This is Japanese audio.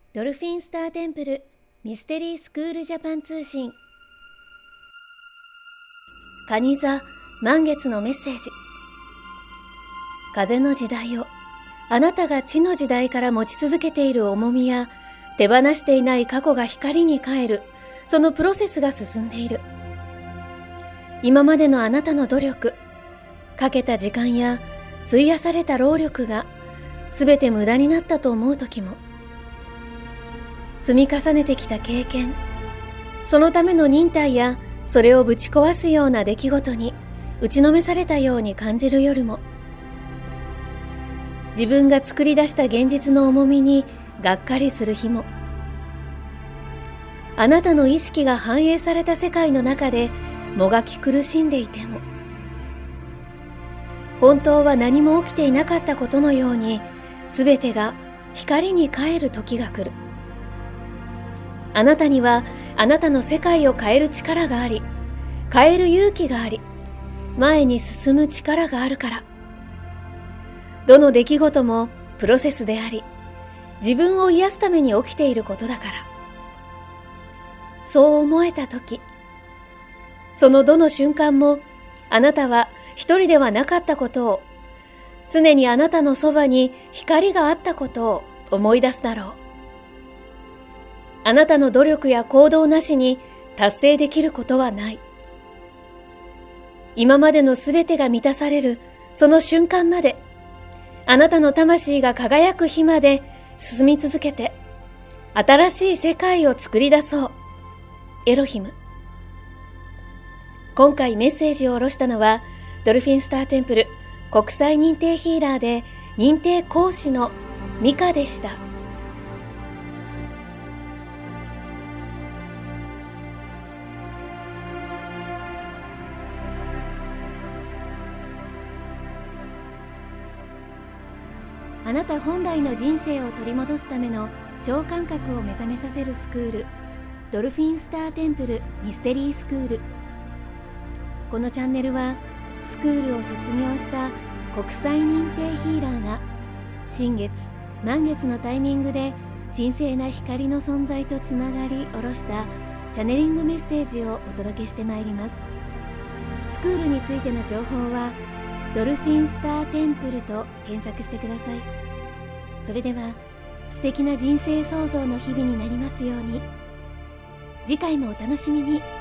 ドルフィンスターテンプルミステリースクールジャパン通信。蟹座満月のメッセージ。風の時代を、あなたが地の時代から持ち続けている重みや手放していない過去が光に変える、そのプロセスが進んでいる。今までのあなたの努力、かけた時間や費やされた労力がすべて無駄になったと思う時も、積み重ねてきた経験、そのための忍耐やそれをぶち壊すような出来事に打ちのめされたように感じる夜も、自分が作り出した現実の重みにがっかりする日も、あなたの意識が反映された世界の中でもがき苦しんでいても、本当は何も起きていなかったことのようにすべてが光に変える時が来る。あなたにはあなたの世界を変える力があり、変える勇気があり、前に進む力があるから。どの出来事もプロセスであり、自分を癒すために起きていることだから。そう思えたとき、そのどの瞬間もあなたは一人ではなかったことを、常にあなたのそばに光があったことを思い出すだろう。あなたの努力や行動なしに達成できることはない。今までのすべてが満たされるその瞬間まで、あなたの魂が輝く日まで進み続けて、新しい世界を作り出そう。エロヒム。今回メッセージを下ろしたのは、ドルフィンスターテンプル国際認定ヒーラーで認定講師のミカでした。あなた本来の人生を取り戻すための超感覚を目覚めさせるスクール、ドルフィンスターテンプルミステリースクール。このチャンネルはスクールを卒業した国際認定ヒーラーが新月満月のタイミングで神聖な光の存在とつながり下ろしたチャネリングメッセージをお届けしてまいります。スクールについての情報はドルフィンスターテンプルと検索してください。それでは素敵な人生創造の日々になりますように。次回もお楽しみに。